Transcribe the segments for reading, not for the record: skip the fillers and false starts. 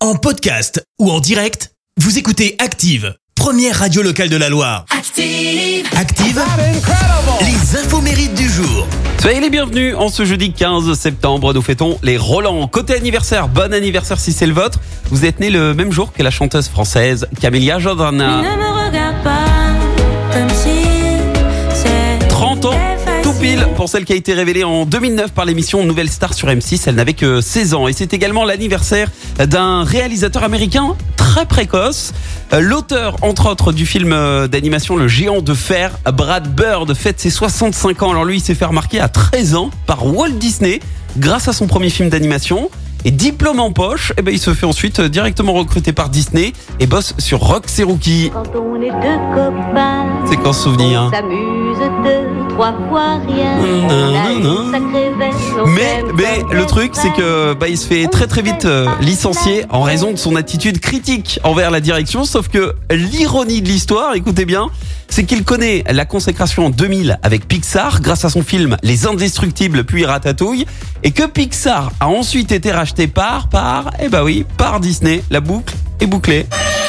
En podcast ou en direct, vous écoutez Active, première radio locale de la Loire. Active, les infos mérites du jour. Soyez les bienvenus en ce jeudi 15 septembre. Nous fêtons les Roland. Côté anniversaire, bon anniversaire si c'est le vôtre. Vous êtes né le même jour que la chanteuse française Camélia Jordana. Ne me regarde pas comme si c'était 30 ans, tout facile. pile pour celle qui a été révélée en 2009 par l'émission Nouvelle Star sur M6. Elle n'avait que 16 ans et c'est également l'anniversaire d'un réalisateur américain très précoce. L'auteur, entre autres, du film d'animation Le Géant de Fer, Brad Bird, fête ses 65 ans. Alors lui, il s'est fait remarquer à 13 ans par Walt Disney grâce à son premier film d'animation. Et diplôme en poche, il se fait ensuite directement recruter par Disney et bosse sur Rox et Rookie. Quand on est deux copains, C'est qu'en souvenir. on s'amuse deux, trois fois rien. Non, On a non, une sacrée veine, on Mais s'aime comme le des truc, c'est que frères. il se fait très vite licencier en raison de son attitude critique envers la direction. Sauf que l'ironie de l'histoire, écoutez bien, c'est qu'il connaît la consécration en 2000 avec Pixar grâce à son film Les Indestructibles puis Ratatouille, et que Pixar a ensuite été racheté par Disney. La boucle est bouclée.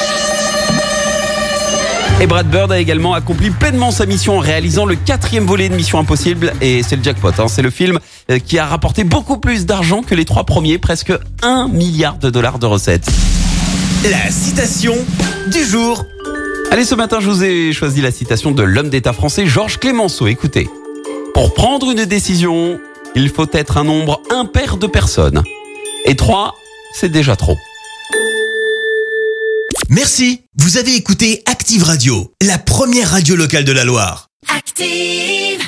Et Brad Bird a également accompli pleinement sa mission en réalisant le 4e volet de Mission Impossible. Et c'est le jackpot, C'est le film qui a rapporté beaucoup plus d'argent que les 3 premiers, presque $1 milliard de recettes. La citation du jour. Allez, ce matin, je vous ai choisi la citation de l'homme d'État français Georges Clémenceau. Écoutez, pour prendre une décision, il faut être un nombre impair de personnes. Et 3, c'est déjà trop. Merci. Vous avez écouté Active Radio, la première radio locale de la Loire. Active.